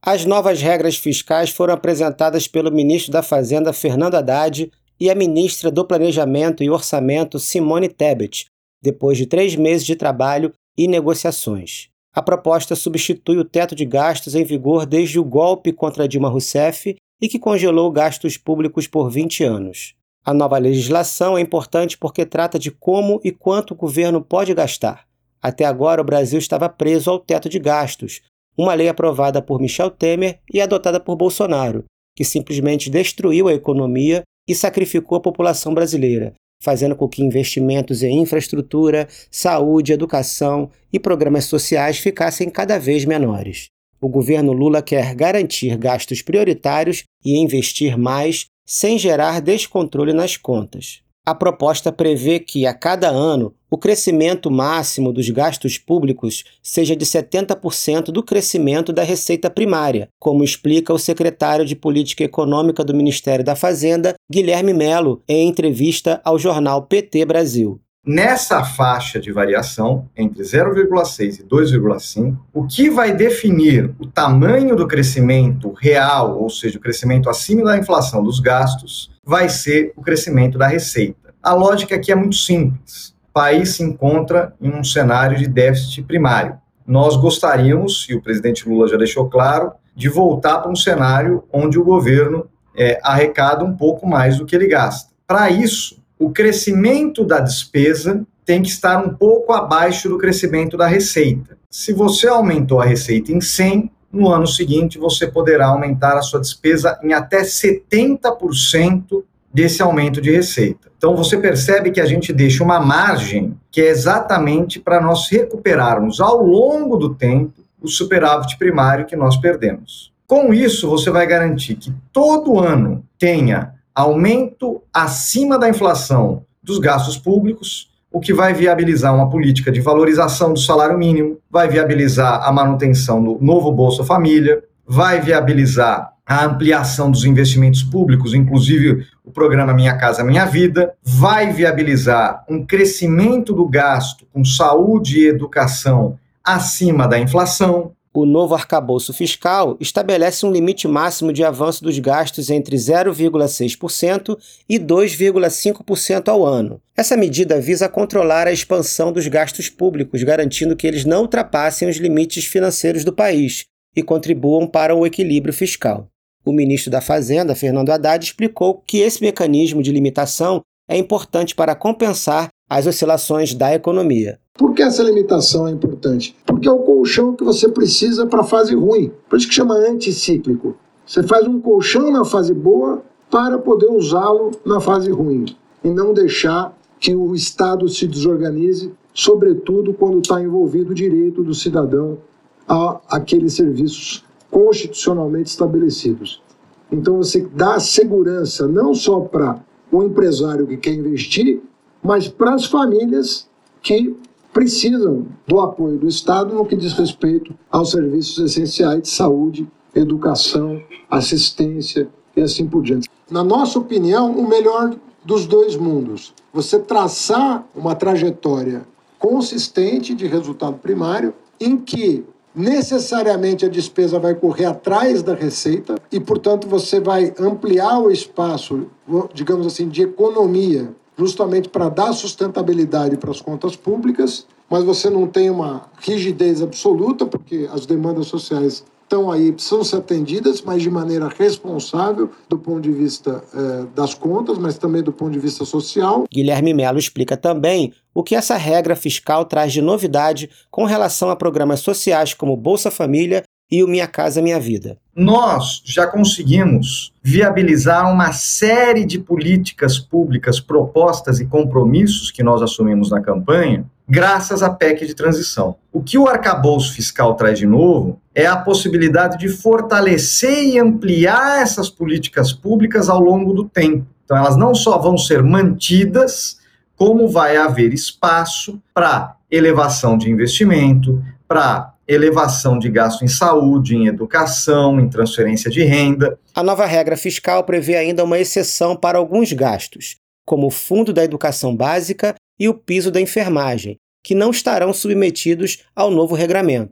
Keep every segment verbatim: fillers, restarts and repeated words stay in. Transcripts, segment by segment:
As novas regras fiscais foram apresentadas pelo ministro da Fazenda, Fernando Haddad, e a ministra do Planejamento e Orçamento, Simone Tebet, depois de três meses de trabalho e negociações. A proposta substitui o teto de gastos em vigor desde o golpe contra Dilma Rousseff e que congelou gastos públicos por vinte anos. A nova legislação é importante porque trata de como e quanto o governo pode gastar. Até agora, o Brasil estava preso ao teto de gastos, uma lei aprovada por Michel Temer e adotada por Bolsonaro, que simplesmente destruiu a economia e sacrificou a população brasileira, fazendo com que investimentos em infraestrutura, saúde, educação e programas sociais ficassem cada vez menores. O governo Lula quer garantir gastos prioritários e investir mais sem gerar descontrole nas contas. A proposta prevê que, a cada ano, o crescimento máximo dos gastos públicos seja de setenta por cento do crescimento da receita primária, como explica o secretário de Política Econômica do Ministério da Fazenda, Guilherme Melo, em entrevista ao jornal P T Brasil. Nessa faixa de variação, entre zero vírgula seis e dois vírgula cinco, o que vai definir o tamanho do crescimento real, ou seja, o crescimento acima da inflação dos gastos, vai ser o crescimento da receita. A lógica aqui é muito simples. O país se encontra em um cenário de déficit primário. Nós gostaríamos, e o presidente Lula já deixou claro, de voltar para um cenário onde o governo é, arrecada um pouco mais do que ele gasta. Para isso, o crescimento da despesa tem que estar um pouco abaixo do crescimento da receita. Se você aumentou a receita em cem, no ano seguinte você poderá aumentar a sua despesa em até setenta por cento desse aumento de receita. Então você percebe que a gente deixa uma margem que é exatamente para nós recuperarmos ao longo do tempo o superávit primário que nós perdemos. Com isso, você vai garantir que todo ano tenha aumento acima da inflação dos gastos públicos, o que vai viabilizar uma política de valorização do salário mínimo, vai viabilizar a manutenção do novo Bolsa Família, vai viabilizar a ampliação dos investimentos públicos, inclusive o programa Minha Casa Minha Vida, vai viabilizar um crescimento do gasto com saúde e educação acima da inflação. O novo arcabouço fiscal estabelece um limite máximo de avanço dos gastos entre zero vírgula seis por cento e dois vírgula cinco por cento ao ano. Essa medida visa controlar a expansão dos gastos públicos, garantindo que eles não ultrapassem os limites financeiros do país e contribuam para o equilíbrio fiscal. O ministro da Fazenda, Fernando Haddad, explicou que esse mecanismo de limitação é importante para compensar as oscilações da economia. Por que essa limitação é importante? Porque é o colchão que você precisa para a fase ruim. Por isso que chama anticíclico. Você faz um colchão na fase boa para poder usá-lo na fase ruim. E não deixar que o Estado se desorganize, sobretudo quando está envolvido o direito do cidadão a aqueles serviços constitucionalmente estabelecidos. Então você dá segurança não só para o empresário que quer investir, mas para as famílias que precisam do apoio do Estado no que diz respeito aos serviços essenciais de saúde, educação, assistência e assim por diante. Na nossa opinião, o melhor dos dois mundos. Você traçar uma trajetória consistente de resultado primário em que necessariamente a despesa vai correr atrás da receita e, portanto, você vai ampliar o espaço, digamos assim, de economia, justamente para dar sustentabilidade para as contas públicas, mas você não tem uma rigidez absoluta, porque as demandas sociais estão aí, precisam ser atendidas, mas de maneira responsável do ponto de vista eh, das contas, mas também do ponto de vista social. Guilherme Melo explica também o que essa regra fiscal traz de novidade com relação a programas sociais como Bolsa Família e o Minha Casa Minha Vida. Nós já conseguimos viabilizar uma série de políticas públicas propostas e compromissos que nós assumimos na campanha, graças à P E C de transição. O que o arcabouço fiscal traz de novo é a possibilidade de fortalecer e ampliar essas políticas públicas ao longo do tempo. Então, elas não só vão ser mantidas, como vai haver espaço para elevação de investimento, para elevação de gasto em saúde, em educação, em transferência de renda. A nova regra fiscal prevê ainda uma exceção para alguns gastos, como o Fundo da Educação Básica e o piso da enfermagem, que não estarão submetidos ao novo regramento.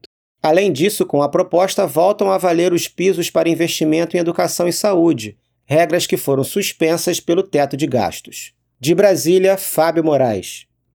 Além disso, com a proposta, voltam a valer os pisos para investimento em educação e saúde, regras que foram suspensas pelo teto de gastos. De Brasília, Fábio Moraes.